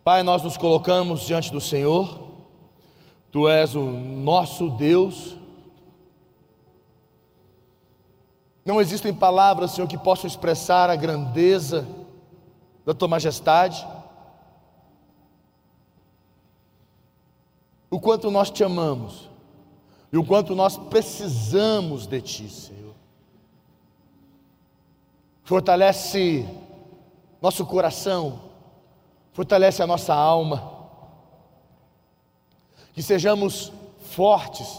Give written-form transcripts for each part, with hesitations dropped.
Pai, nós nos colocamos diante do Senhor. Tu és o nosso Deus. Não existem palavras, Senhor, que possam expressar a grandeza da Tua majestade. O quanto nós te amamos e o quanto nós precisamos de Ti, Senhor. Fortalece nosso coração, fortalece a nossa alma, que sejamos fortes,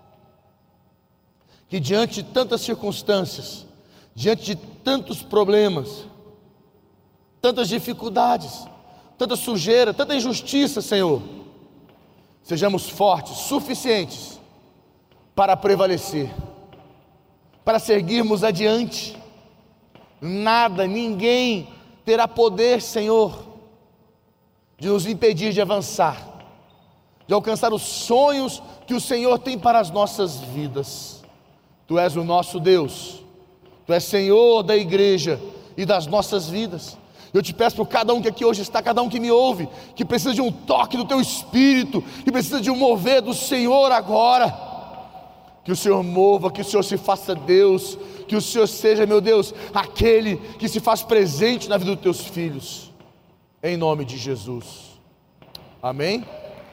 que diante de tantas circunstâncias, diante de tantos problemas, tantas dificuldades, tanta sujeira, tanta injustiça, Senhor, sejamos fortes, suficientes para prevalecer, para seguirmos adiante. Nada, ninguém terá poder, Senhor, de nos impedir de avançar, de alcançar os sonhos que o Senhor tem para as nossas vidas. Tu és o nosso Deus, Tu és Senhor da igreja e das nossas vidas. Eu te peço por cada um que aqui hoje está, cada um que me ouve, que precisa de um toque do Teu Espírito, que precisa de um mover do Senhor agora. Que o Senhor mova, que o Senhor se faça Deus, que o Senhor seja, meu Deus, aquele que se faz presente na vida dos Teus filhos, em nome de Jesus, amém?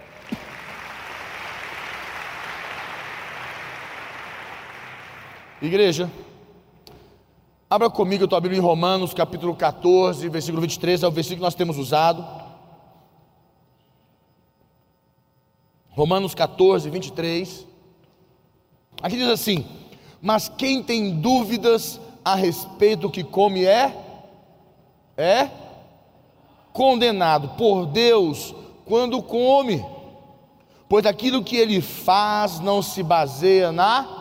Igreja, abra comigo a tua Bíblia em Romanos, capítulo 14, versículo 23, é o versículo que nós temos usado. Romanos 14, 23. Aqui diz assim: mas quem tem dúvidas a respeito do que come é condenado por Deus quando come, pois aquilo que ele faz não se baseia na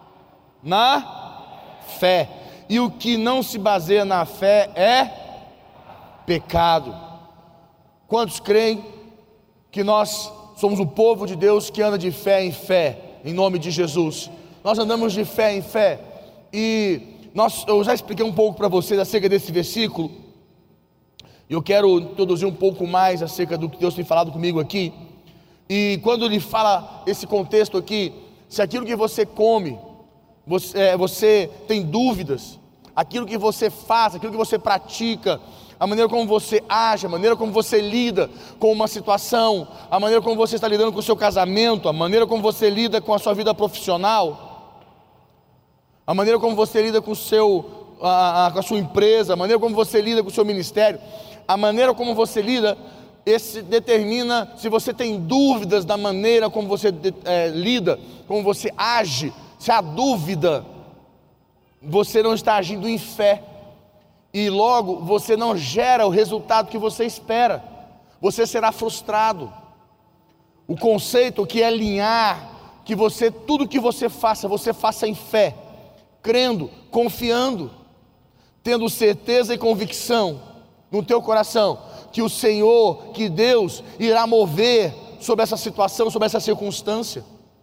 fé, e o que não se baseia na fé é pecado. Quantos creem que nós somos o povo de Deus que anda de fé em fé, em nome de Jesus? Nós andamos de fé em fé, e eu já expliquei um pouco para vocês acerca desse versículo, e eu quero introduzir um pouco mais acerca do que Deus tem falado comigo aqui. E quando ele fala esse contexto aqui, se aquilo que você come, você tem dúvidas, aquilo que você faz, aquilo que você pratica, a maneira como você age, a maneira como você lida com uma situação, a maneira como você está lidando com o seu casamento, a maneira como você lida com a sua vida profissional, a maneira como você lida com com a sua empresa, a maneira como você lida com o seu ministério, a maneira como você lida, esse determina se você tem dúvidas da maneira como você lida, como você age. Se há dúvida, você não está agindo em fé, e logo você não gera o resultado que você espera, você será frustrado. O conceito que é alinhar, que tudo que você faça em fé, crendo, confiando, tendo certeza e convicção no teu coração, que o Senhor, que Deus irá mover sobre essa situação, sobre essa circunstância.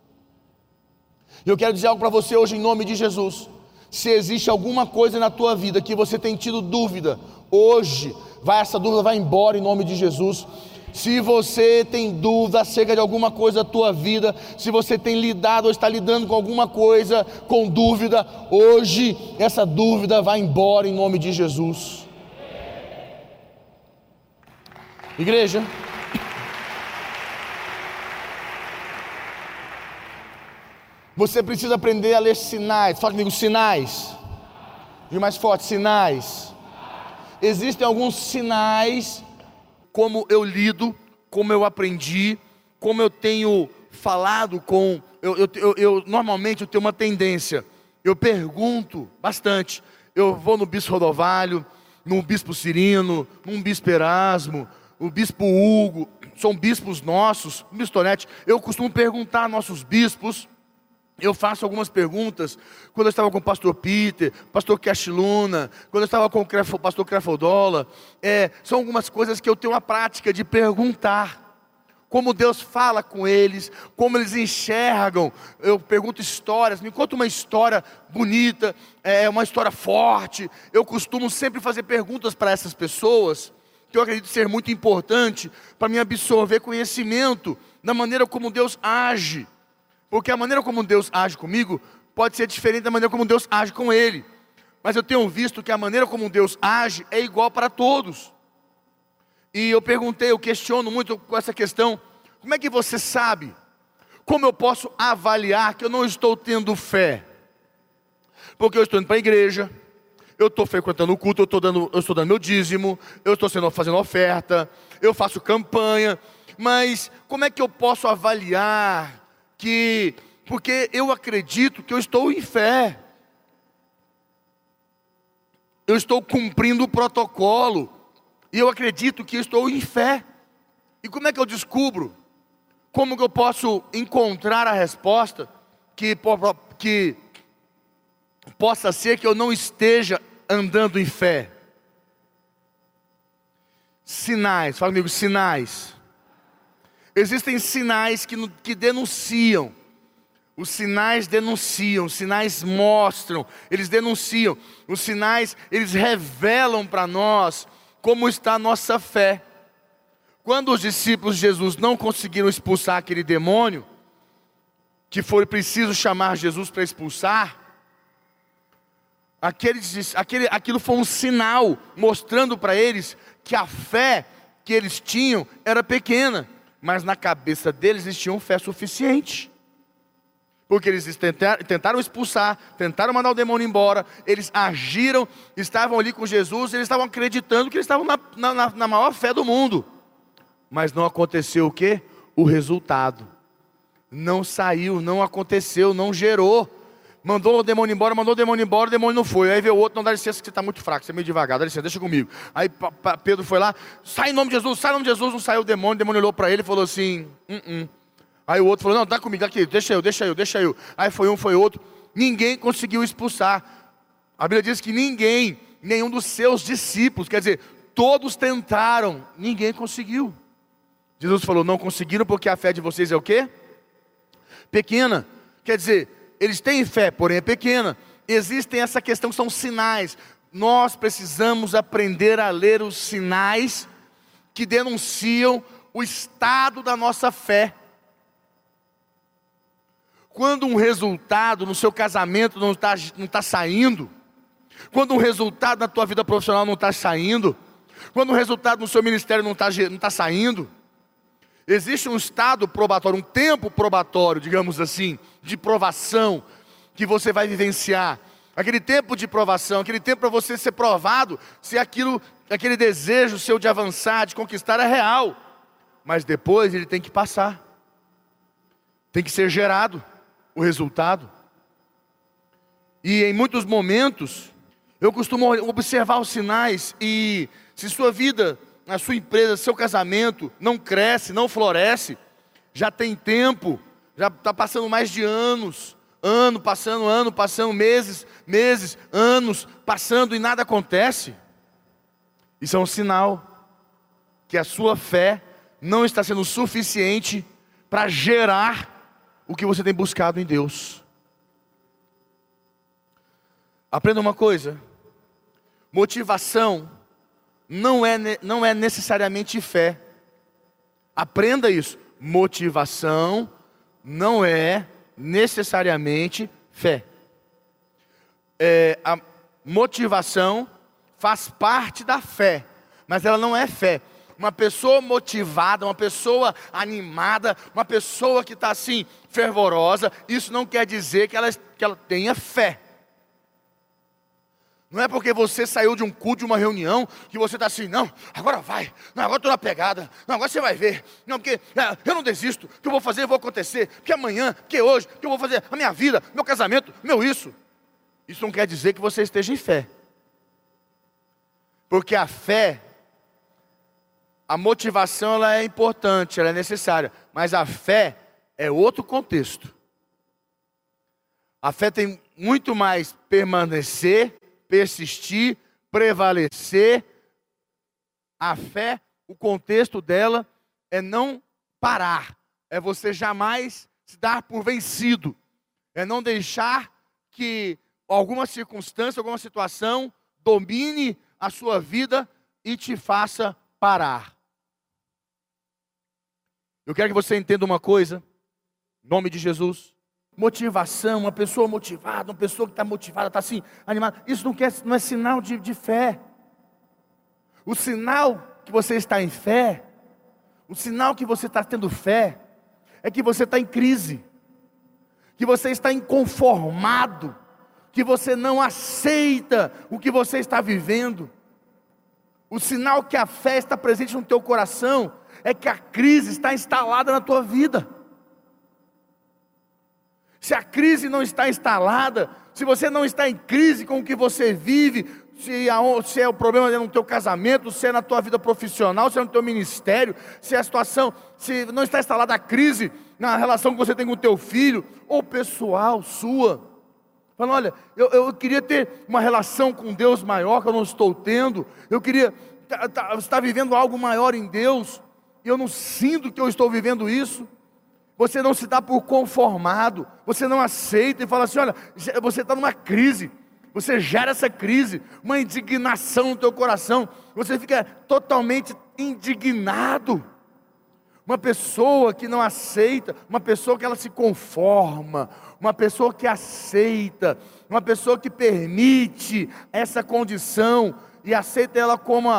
E eu quero dizer algo para você hoje em nome de Jesus. Se existe alguma coisa na tua vida que você tem tido dúvida, hoje essa dúvida vai embora em nome de Jesus. Se você tem dúvida acerca de alguma coisa da tua vida, se você tem lidado ou está lidando com alguma coisa com dúvida, hoje essa dúvida vai embora em nome de Jesus. Igreja, você precisa aprender a ler sinais. Fala comigo, sinais. E mais forte, sinais. Existem alguns sinais, como eu lido, como eu aprendi, como eu tenho falado com... Normalmente eu tenho uma tendência, eu pergunto bastante. Eu vou no bispo Rodovalho, no bispo Cirino, num bispo Erasmo, o bispo Hugo, são bispos nossos, o bispo Tonetti. Eu costumo perguntar a nossos bispos. Eu faço algumas perguntas, quando eu estava com o pastor Peter, pastor Cash Luna, quando eu estava com o pastor Crafodola, são algumas coisas que eu tenho a prática de perguntar, como Deus fala com eles, como eles enxergam. Eu pergunto histórias, me conta uma história bonita, uma história forte. Eu costumo sempre fazer perguntas para essas pessoas, que eu acredito ser muito importante para mim absorver conhecimento da maneira como Deus age. Porque a maneira como Deus age comigo pode ser diferente da maneira como Deus age com Ele. Mas eu tenho visto que a maneira como Deus age é igual para todos. E eu questiono muito com essa questão: como é que você sabe? Como eu posso avaliar que eu não estou tendo fé? Porque eu estou indo para a igreja, eu estou frequentando o culto, eu estou dando meu dízimo, eu estou fazendo oferta, eu faço campanha, mas como é que eu posso avaliar que... Porque eu acredito que eu estou em fé, eu estou cumprindo o protocolo, e eu acredito que eu estou em fé. E como é que eu descubro? Como que eu posso encontrar a resposta que possa ser que eu não esteja andando em fé? Sinais, fala comigo, sinais. Existem sinais que denunciam. Os sinais denunciam, os sinais mostram, eles denunciam. Os sinais, eles revelam para nós como está a nossa fé. Quando os discípulos de Jesus não conseguiram expulsar aquele demônio, que foi preciso chamar Jesus para expulsar, aquilo foi um sinal mostrando para eles que a fé que eles tinham era pequena, mas na cabeça deles eles tinham fé suficiente. Porque eles tentaram expulsar, tentaram mandar o demônio embora, eles agiram, estavam ali com Jesus, eles estavam acreditando que eles estavam na maior fé do mundo. Mas não aconteceu o quê? O resultado. Não saiu, não aconteceu, não gerou. Mandou o demônio embora, o demônio não foi. Aí veio o outro: não, dá licença que você está muito fraco, você é meio devagar, dá licença, deixa comigo. Aí Pedro foi lá: sai em nome de Jesus, sai em nome de Jesus. Não saiu o demônio olhou para ele e falou assim: Aí o outro falou: não, dá comigo aqui, deixa eu. Aí foi um, foi outro. Ninguém conseguiu expulsar. A Bíblia diz que nenhum dos seus discípulos, quer dizer, todos tentaram, ninguém conseguiu. Jesus falou: não conseguiram porque a fé de vocês é o quê? Pequena. Quer dizer, eles têm fé, porém é pequena. Existem essa questão que são sinais. Nós precisamos aprender a ler os sinais que denunciam o estado da nossa fé. Quando um resultado no seu casamento não está saindo, quando um resultado na tua vida profissional não está saindo, quando um resultado no seu ministério não está saindo, existe um estado probatório, um tempo probatório, digamos assim, de provação, que você vai vivenciar. Aquele tempo de provação, aquele tempo para você ser provado, se aquele desejo seu de avançar, de conquistar é real. Mas depois ele tem que passar, tem que ser gerado o resultado. E em muitos momentos eu costumo observar os sinais, e se sua vida, a sua empresa, seu casamento não cresce, não floresce, já tem tempo, já está passando mais de ano passando, meses, anos passando e nada acontece, isso é um sinal que a sua fé não está sendo suficiente para gerar o que você tem buscado em Deus. Aprenda uma coisa: motivação não é necessariamente fé. Aprenda isso. Motivação não é necessariamente fé. A motivação faz parte da fé, mas ela não é fé. Uma pessoa motivada, uma pessoa animada, uma pessoa que está assim, fervorosa, isso não quer dizer que ela tenha fé. Não é porque você saiu de um culto, de uma reunião, que você está assim: não, agora vai, não, agora estou na pegada, não, agora você vai ver, não, porque eu não desisto, o que eu vou fazer, vai acontecer, porque amanhã, porque hoje, o que eu vou fazer, a minha vida, meu casamento, meu isso. Isso não quer dizer que você esteja em fé. Porque a fé, a motivação, ela é importante, ela é necessária, mas a fé é outro contexto. A fé tem muito mais permanecer, persistir, prevalecer. A fé, o contexto dela é não parar, é você jamais se dar por vencido, é não deixar que alguma circunstância, alguma situação domine a sua vida e te faça parar. Eu quero que você entenda uma coisa, em nome de Jesus. Motivação, uma pessoa motivada, uma pessoa que está motivada, está assim, animada, isso não é sinal de fé. O sinal que você está em fé, o sinal que você está tendo fé, é que você está em crise, que você está inconformado, que você não aceita o que você está vivendo. O sinal que a fé está presente no teu coração, é que a crise está instalada na tua vida. Se a crise não está instalada, se você não está em crise com o que você vive, se é o problema no teu casamento, se é na tua vida profissional, se é no teu ministério, se é a situação, se não está instalada a crise na relação que você tem com o teu filho, ou pessoal, sua, falando, olha, eu queria ter uma relação com Deus maior, que eu não estou tendo, eu queria estar vivendo algo maior em Deus, e eu não sinto que eu estou vivendo isso. Você não se dá por conformado, você não aceita e fala assim, olha, você está numa crise, você gera essa crise, uma indignação no teu coração, você fica totalmente indignado. Uma pessoa que não aceita, uma pessoa que ela se conforma, uma pessoa que aceita, uma pessoa que permite essa condição e aceita ela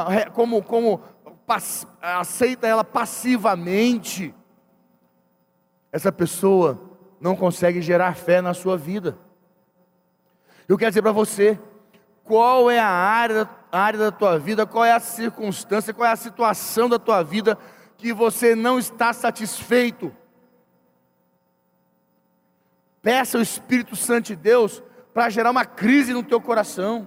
aceita ela passivamente, essa pessoa não consegue gerar fé na sua vida. Eu quero dizer para você, qual é a área da tua vida, qual é a circunstância, qual é a situação da tua vida que você não está satisfeito. Peça ao Espírito Santo de Deus para gerar uma crise no teu coração.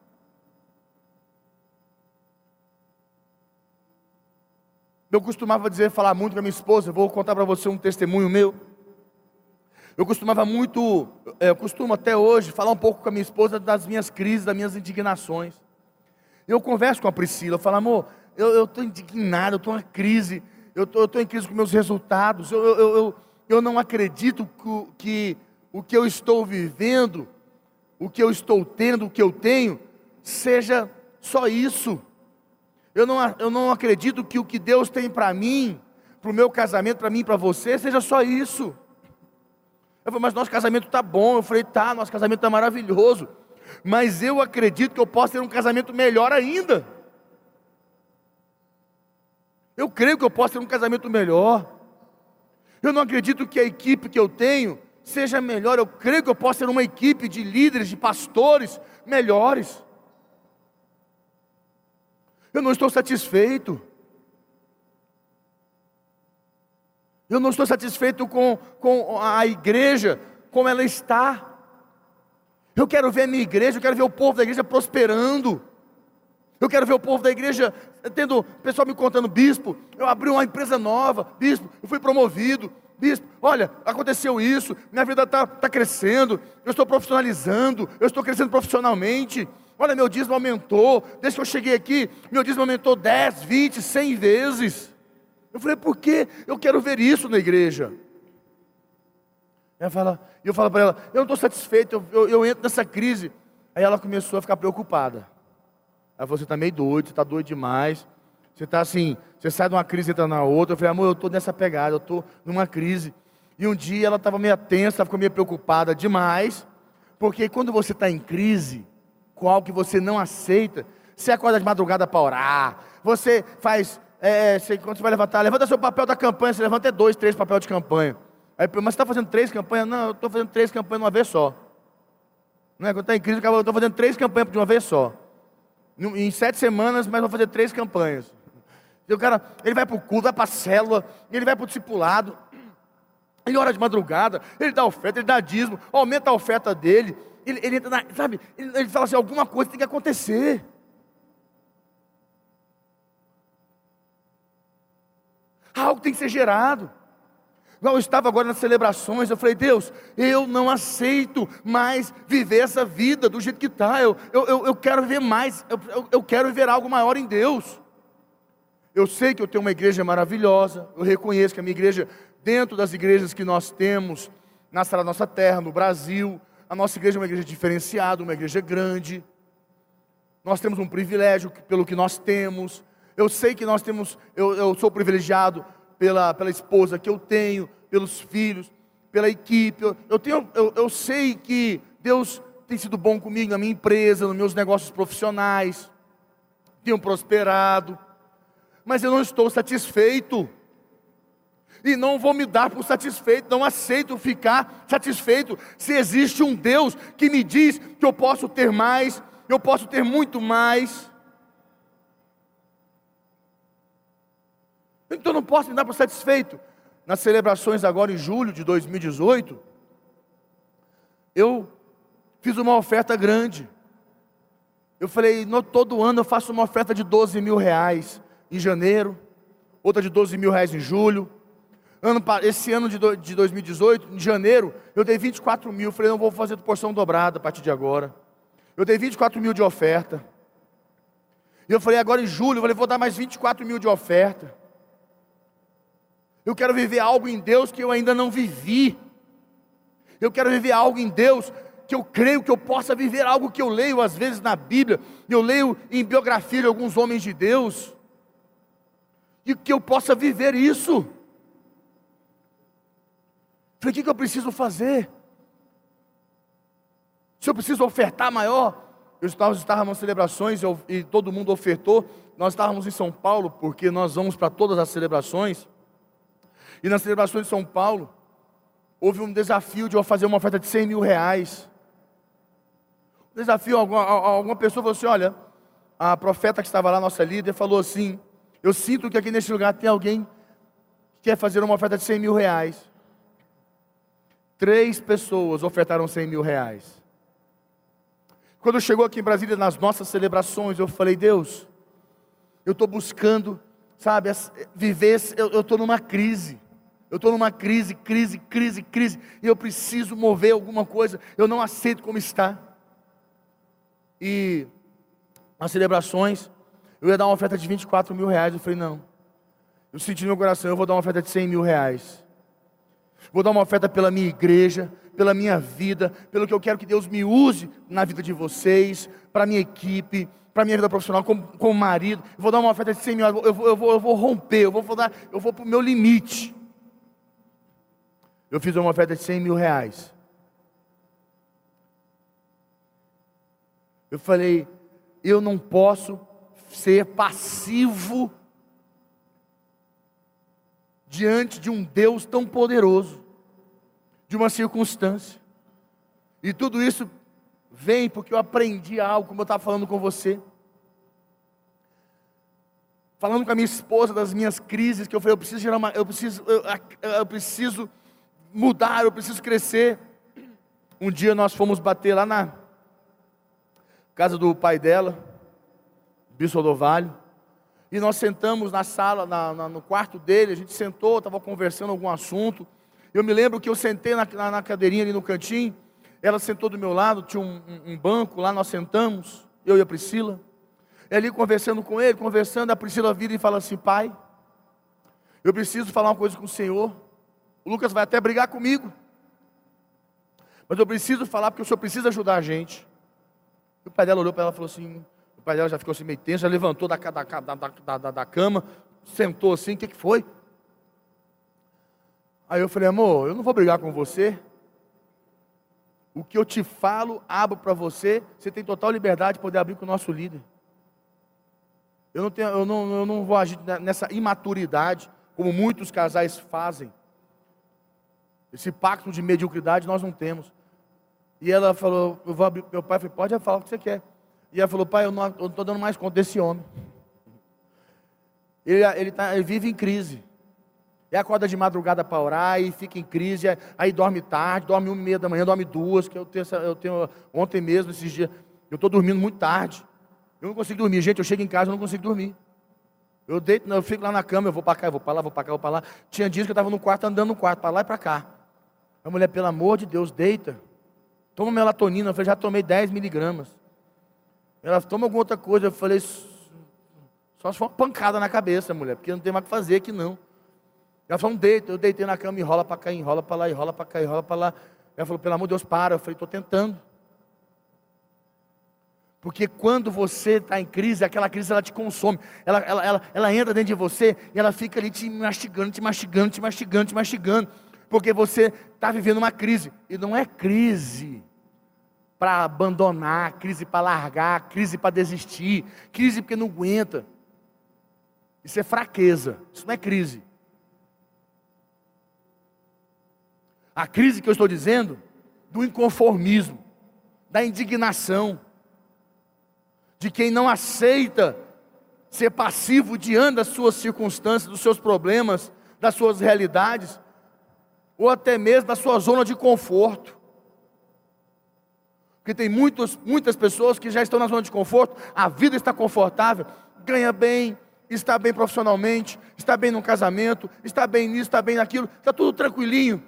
Eu costumava falar muito com a minha esposa, vou contar para você um testemunho meu. Eu costumo até hoje falar um pouco com a minha esposa das minhas crises, das minhas indignações. Eu converso com a Priscila, eu falo, amor, eu estou indignado, eu estou em crise, eu estou em crise com meus resultados, eu não acredito que o que eu estou vivendo, o que eu estou tendo, o que eu tenho, seja só isso. Eu não acredito que o que Deus tem para mim, para o meu casamento, para mim e para você, seja só isso. Eu falei, mas nosso casamento está bom. Eu falei, tá, nosso casamento está maravilhoso. Mas eu acredito que eu posso ter um casamento melhor ainda. Eu creio que eu posso ter um casamento melhor. Eu não acredito que a equipe que eu tenho seja melhor. Eu creio que eu posso ter uma equipe de líderes, de pastores melhores. Eu não estou satisfeito. Eu não estou satisfeito com a igreja, como ela está. Eu quero ver a minha igreja, eu quero ver o povo da igreja prosperando. Eu quero ver o povo da igreja, tendo o pessoal me contando, bispo, eu abri uma empresa nova, bispo, eu fui promovido, bispo, olha, aconteceu isso, minha vida está crescendo, eu estou profissionalizando, eu estou crescendo profissionalmente. Olha, meu dízimo aumentou, desde que eu cheguei aqui, meu dízimo aumentou 10, 20, 100 vezes. Eu falei, por que eu quero ver isso na igreja? Eu falo para ela, eu não estou satisfeito, eu entro nessa crise. Aí ela começou a ficar preocupada. Ela falou, você está meio doido, você está doido demais. Você está assim, você sai de uma crise e entra na outra. Eu falei, amor, eu estou nessa pegada, eu estou numa crise. E um dia ela estava meio tensa, ela ficou meio preocupada demais. Porque quando você está em crise, com algo que você não aceita, você acorda de madrugada para orar, você faz, quando você vai levantar, levanta seu papel da campanha, você levanta 2, 3 papéis de campanha. Aí, mas você está fazendo 3 campanhas? Não, eu estou fazendo 3 campanhas de uma vez só. Não é? Quando está em crise, eu estou fazendo 3 campanhas de uma vez só. Em 7 semanas, mas vou fazer 3 campanhas. E o cara, ele vai para o culto, vai para a célula, ele vai para o discipulado, ele ora de madrugada, ele dá oferta, ele dá dízimo, aumenta a oferta dele. Ele entra na, sabe, ele fala assim, alguma coisa tem que acontecer. Algo tem que ser gerado. Eu estava agora nas celebrações, eu falei, Deus, eu não aceito mais viver essa vida do jeito que está. Eu quero viver mais, eu quero viver algo maior em Deus. Eu sei que eu tenho uma igreja maravilhosa, eu reconheço que a minha igreja, dentro das igrejas que nós temos, na nossa terra, no Brasil, a nossa igreja é uma igreja diferenciada, uma igreja grande. Nós temos um privilégio pelo que nós temos. Eu sei que nós temos, eu sou privilegiado pela esposa que eu tenho, pelos filhos, pela equipe. Eu sei que Deus tem sido bom comigo na minha empresa, nos meus negócios profissionais, tenho prosperado, mas eu não estou satisfeito. E não vou me dar por satisfeito, não aceito ficar satisfeito. Se existe um Deus que me diz que eu posso ter mais, eu posso ter muito mais, então eu não posso me dar por satisfeito. Nas celebrações agora em julho de 2018, eu fiz uma oferta grande. Eu falei, todo ano eu faço uma oferta de 12 mil reais em janeiro, outra de 12 mil reais em julho. Esse ano de 2018, em janeiro, eu dei 24 mil. Eu falei, não vou fazer porção dobrada a partir de agora. Eu dei 24 mil de oferta. E eu falei, agora em julho, eu falei, vou dar mais 24 mil de oferta. Eu quero viver algo em Deus que eu ainda não vivi. Eu quero viver algo em Deus que eu creio que eu possa viver, algo que eu leio às vezes na Bíblia, eu leio em biografia de alguns homens de Deus, e que eu possa viver isso. Falei, o que eu preciso fazer? Se eu preciso ofertar maior, nós estávamos nas celebrações e todo mundo ofertou. Nós estávamos em São Paulo, porque nós vamos para todas as celebrações. E nas celebrações de São Paulo, houve um desafio de eu fazer uma oferta de 100 mil reais. Um desafio, alguma pessoa falou assim, olha, a profeta que estava lá, nossa líder, falou assim, eu sinto que aqui nesse lugar tem alguém que quer fazer uma oferta de 100 mil reais. 3 pessoas ofertaram 100 mil reais. Quando chegou aqui em Brasília, nas nossas celebrações, eu falei, Deus, eu estou buscando, sabe, viver, eu estou numa crise. Eu estou numa crise, e eu preciso mover alguma coisa, eu não aceito como está. E nas celebrações, eu ia dar uma oferta de 24 mil reais, eu falei, não. Eu senti no meu coração, eu vou dar uma oferta de 100 mil reais. Vou dar uma oferta pela minha igreja, pela minha vida, pelo que eu quero que Deus me use na vida de vocês, para a minha equipe, para a minha vida profissional, como marido. Eu vou dar uma oferta de 100 mil reais, eu vou romper, eu vou para o meu limite. Eu fiz uma oferta de 100 mil reais. Eu falei, eu não posso ser passivo diante de um Deus tão poderoso, de uma circunstância. E tudo isso vem porque eu aprendi algo, como eu estava falando com você. Falando com a minha esposa das minhas crises, que eu falei, eu preciso mudar, eu preciso crescer. Um dia nós fomos bater lá na casa do pai dela, Bispo Odovalho, e nós sentamos na sala, no quarto dele, a gente sentou, estava conversando algum assunto. Eu me lembro que eu sentei na cadeirinha ali no cantinho, ela sentou do meu lado, tinha um banco lá, nós sentamos, eu e a Priscila, e ali conversando com ele, a Priscila vira e fala assim, pai, eu preciso falar uma coisa com o Senhor. O Lucas vai até brigar comigo, mas eu preciso falar porque o Senhor precisa ajudar a gente. E o pai dela olhou para ela e falou assim, o pai dela já ficou assim meio tenso, já levantou da cama, sentou assim, o que foi? Aí eu falei, amor, eu não vou brigar com você. O que eu te falo, abro para você, você tem total liberdade de poder abrir com o nosso líder. Eu não vou agir nessa imaturidade, como muitos casais fazem. Esse pacto de mediocridade nós não temos. E ela falou, eu vou abrir, meu pai falou, pode falar o que você quer. E ela falou, pai, eu não estou dando mais conta desse homem. Ele vive em crise. E acorda de madrugada para orar, e fica em crise, aí dorme tarde, dorme 1h30 da manhã, dorme 2, que eu tenho ontem mesmo, esses dias, eu estou dormindo muito tarde. Eu não consigo dormir, gente, eu chego em casa, eu não consigo dormir. Eu deito, eu fico lá na cama, eu vou para cá, eu vou para lá, vou para cá, eu vou para lá. Tinha dias que eu estava no quarto, andando no quarto, para lá e para cá. A mulher, pelo amor de Deus, deita. Toma melatonina. Eu falei, já tomei 10 miligramas. Ela, toma alguma outra coisa. Eu falei, só se for uma pancada na cabeça, mulher, porque não tem mais o que fazer aqui não. Ela falou, deita. Eu deitei na cama, enrola para cá, enrola para lá, enrola para cá, enrola para lá. Ela falou, pelo amor de Deus, para. Eu falei, estou tentando. Porque quando você está em crise, aquela crise ela te consome, ela entra dentro de você e ela fica ali te mastigando, porque você está vivendo uma crise. E não é crise para abandonar, crise para largar, crise para desistir, crise porque não aguenta. Isso é fraqueza, isso não é crise. A crise que eu estou dizendo, do inconformismo, da indignação, de quem não aceita ser passivo diante das suas circunstâncias, dos seus problemas, das suas realidades, ou até mesmo da sua zona de conforto. Porque tem muitas pessoas que já estão na zona de conforto, a vida está confortável, ganha bem, está bem profissionalmente, está bem no casamento, está bem nisso, está bem naquilo, está tudo tranquilinho.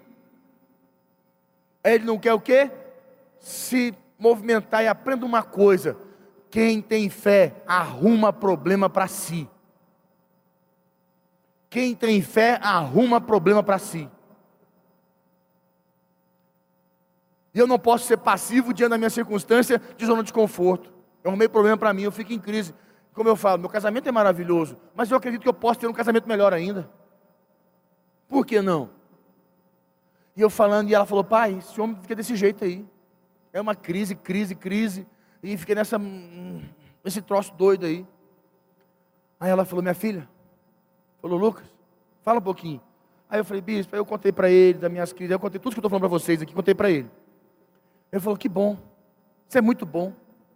Aí ele não quer o quê? Se movimentar. E aprenda uma coisa: quem tem fé arruma problema para si. Quem tem fé arruma problema para si. E eu não posso ser passivo diante da minha circunstância de zona de conforto. Eu arrumei problema para mim, eu fico em crise. Como eu falo, meu casamento é maravilhoso, mas eu acredito que eu posso ter um casamento melhor ainda. Por que não? E eu falando, e ela falou: pai, esse homem fica desse jeito aí. É uma crise, e fiquei nesse troço doido aí. Aí ela falou: minha filha, falou: Lucas, fala um pouquinho. Aí eu falei: bispo, aí eu contei para ele das minhas crises, eu contei tudo que eu estou falando para vocês aqui, contei para ele. Ele falou: que bom, isso é muito bom.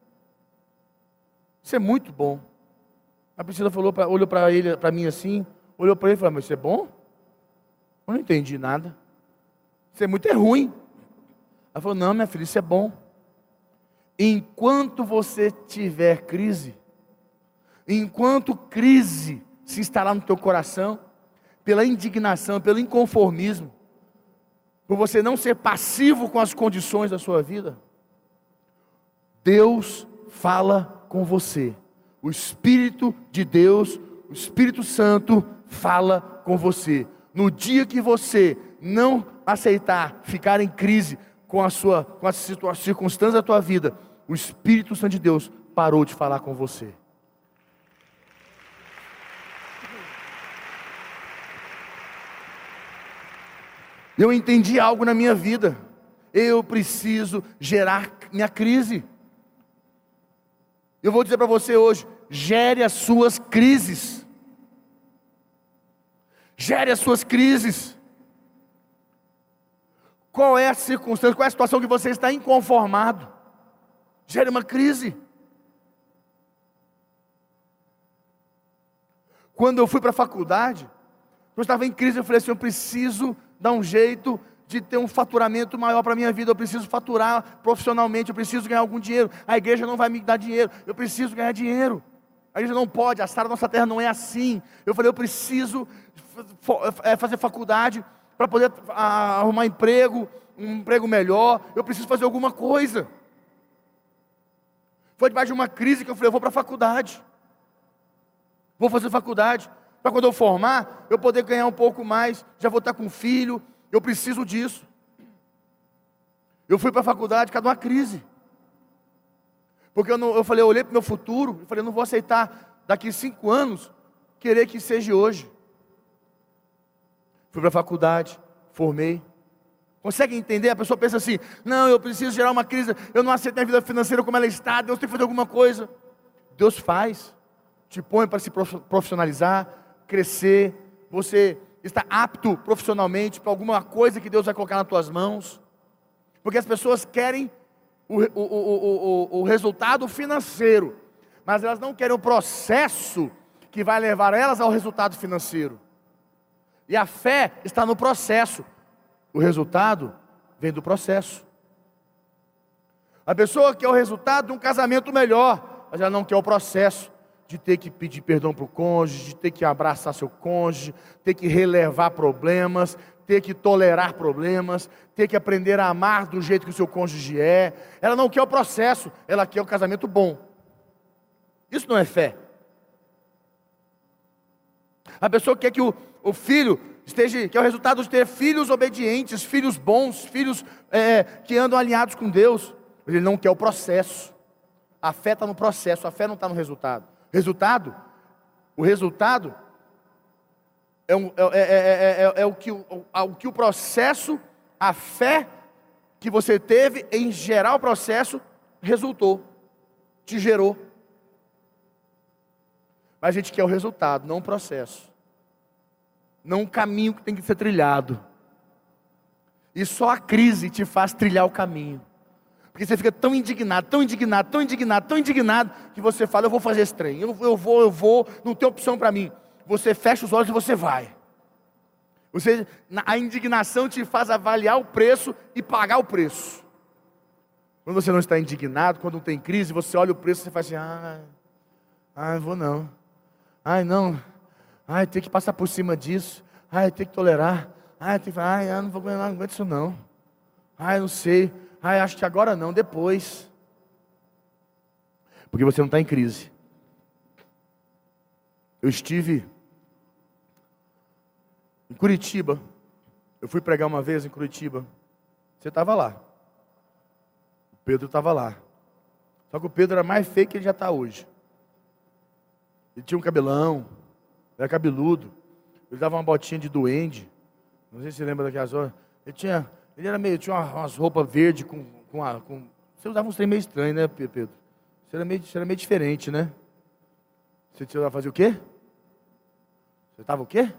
Isso é muito bom. A Priscila olhou para ele, para mim assim, olhou para ele e falou: mas isso é bom? Eu não entendi nada. Isso é ruim. Ela falou: não, minha filha, isso é bom. Enquanto você tiver crise, enquanto crise se instalar no teu coração, pela indignação, pelo inconformismo, por você não ser passivo com as condições da sua vida, Deus fala com você. O Espírito de Deus, o Espírito Santo fala com você. No dia que você não aceitar ficar em crise com as circunstâncias da tua vida, o Espírito Santo de Deus parou de falar com você. Eu entendi algo na minha vida. Eu preciso gerar minha crise. Eu vou dizer para você hoje: gere as suas crises. Gere as suas crises. Qual é a circunstância, qual é a situação que você está inconformado? Gere uma crise. Quando eu fui para a faculdade, eu estava em crise, eu falei assim: eu preciso dar um jeito de ter um faturamento maior para a minha vida, eu preciso faturar profissionalmente, eu preciso ganhar algum dinheiro, a igreja não vai me dar dinheiro, eu preciso ganhar dinheiro, a igreja não pode, a Sara da nossa terra não é assim. Eu falei: eu preciso fazer faculdade para poder arrumar um emprego melhor, eu preciso fazer alguma coisa. Foi debaixo de uma crise que eu falei: eu vou para a faculdade, vou fazer faculdade, para quando eu formar, eu poder ganhar um pouco mais, já vou estar com filho, eu preciso disso. Eu fui para a faculdade, cadê uma crise? Porque eu olhei para o meu futuro, eu falei: eu não vou aceitar daqui 5 anos, querer que seja hoje. Fui para a faculdade, formei. Consegue entender? A pessoa pensa assim: não, eu preciso gerar uma crise, eu não aceito minha vida financeira como ela está, Deus tem que fazer alguma coisa. Deus faz, te põe para se profissionalizar, crescer, você está apto profissionalmente para alguma coisa que Deus vai colocar nas tuas mãos, porque as pessoas querem o resultado financeiro, mas elas não querem o processo que vai levar elas ao resultado financeiro. E a fé está no processo, o resultado vem do processo. A pessoa quer o resultado de um casamento melhor, mas ela não quer o processo de ter que pedir perdão para o cônjuge, de ter que abraçar seu cônjuge, ter que relevar problemas, ter que tolerar problemas, ter que aprender a amar do jeito que o seu cônjuge é. Ela não quer o processo, ela quer o casamento bom. Isso não é fé. A pessoa quer que o filho que é o resultado de ter filhos obedientes, filhos bons, filhos que andam alinhados com Deus. Ele não quer o processo. A fé está no processo, a fé não está no resultado. O resultado é o que o processo, a fé que você teve em gerar o processo, resultou, te gerou. Mas a gente quer o resultado, não o processo, não o caminho que tem que ser trilhado. E só a crise te faz trilhar o caminho. Porque você fica tão indignado, que você fala, eu vou fazer esse trem, eu vou, não tem opção para mim. Você fecha os olhos e você vai. A indignação te faz avaliar o preço e pagar o preço. Quando você não está indignado, quando não tem crise, você olha o preço e você faz assim, vou não. Não. Tem que passar por cima disso. Tem que tolerar. Não aguento isso não. Não sei. Acho que agora não, depois. Porque você não está em crise. Eu estive em Curitiba. Eu fui pregar uma vez em Curitiba. Você estava lá. O Pedro estava lá. Só que o Pedro era mais feio que ele já está hoje. Ele tinha um cabelão, era cabeludo. Ele dava uma botinha de duende. Não sei se você lembra daquelas horas. Tinha umas roupas verdes com. Você usava uns trem meio estranho, né, Pedro? Você era meio diferente, né? Você ia fazer o quê? Você estava o quê?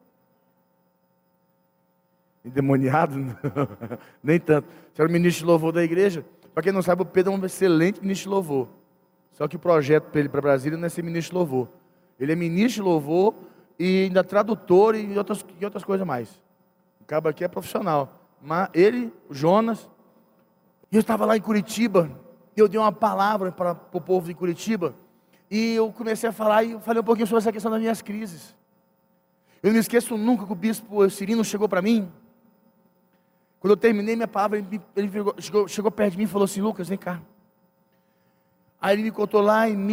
Endemoniado? Não, nem tanto. Você era o ministro de louvor da igreja. Para quem não sabe, o Pedro é um excelente ministro de louvor. Só que o projeto para ele para Brasília não é ser ministro de louvor. Ele é ministro de louvor e ainda tradutor e outras coisas mais. O cabo aqui é profissional. Mas ele, o Jonas, e eu estava lá em Curitiba, e eu dei uma palavra para o povo de Curitiba, e eu comecei a falar, e eu falei um pouquinho sobre essa questão das minhas crises. Eu não me esqueço nunca que o bispo Cirino chegou para mim. Quando eu terminei minha palavra, ele chegou perto de mim e falou assim, Lucas, vem cá. Aí ele me contou lá em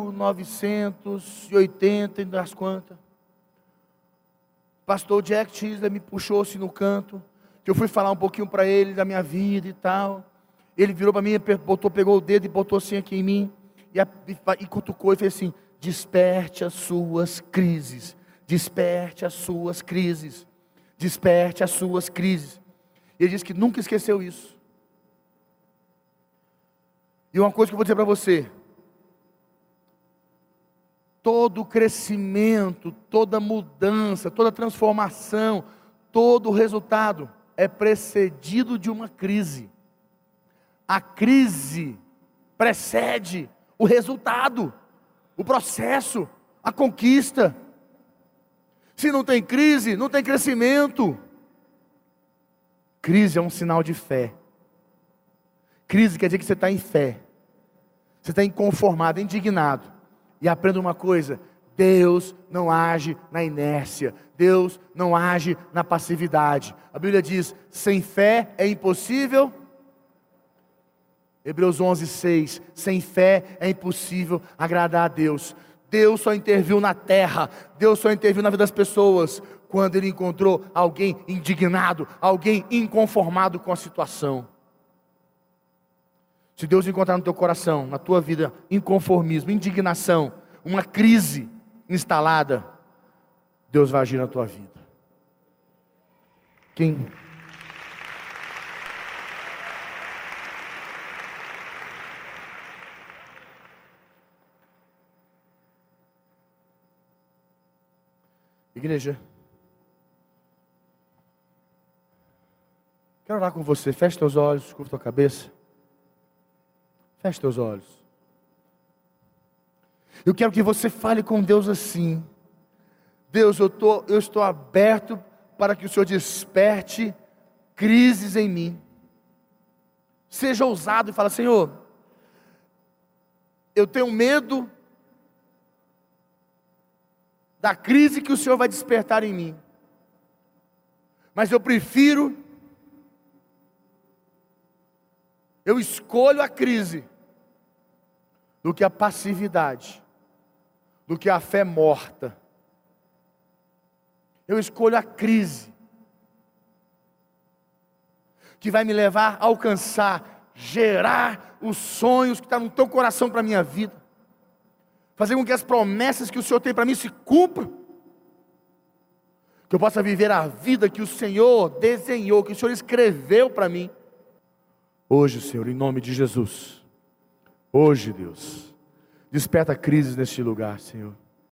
1980, das quantas. Pastor Jack Tisler me puxou-se no canto, que eu fui falar um pouquinho para ele da minha vida e tal. Ele virou para mim, pegou o dedo e botou assim aqui em mim, e cutucou e fez assim, desperte as suas crises, desperte as suas crises, desperte as suas crises. E ele disse que nunca esqueceu isso. E uma coisa que eu vou dizer para você, todo crescimento, toda mudança, toda transformação, todo resultado é precedido de uma crise. A crise precede o resultado, o processo, a conquista. Se não tem crise, não tem crescimento. Crise é um sinal de fé. Crise quer dizer que você está em fé. Você está inconformado, indignado. E aprenda uma coisa: Deus não age na inércia. Deus não age na passividade. A Bíblia diz, sem fé é impossível. Hebreus 11:6, sem fé é impossível agradar a Deus. Deus só interviu na terra, Deus só interviu na vida das pessoas, quando Ele encontrou alguém indignado, alguém inconformado com a situação. Se Deus encontrar no teu coração, na tua vida, inconformismo, indignação, uma crise instalada, Deus vai agir na tua vida. Quem? Igreja, quero orar com você. Feche teus olhos, curva tua cabeça. Feche teus olhos. Eu quero que você fale com Deus assim: Deus, eu estou aberto para que o Senhor desperte crises em mim. Seja ousado e fala: Senhor, eu tenho medo da crise que o Senhor vai despertar em mim, mas eu escolho a crise do que a passividade, do que a fé morta. Eu escolho a crise que vai me levar a alcançar gerar os sonhos que estão no teu coração para a minha vida, fazer com que as promessas que o Senhor tem para mim se cumpram, que eu possa viver a vida que o Senhor desenhou, que o Senhor escreveu para mim. Hoje, Senhor, em nome de Jesus, hoje, Deus, desperta crises neste lugar, Senhor.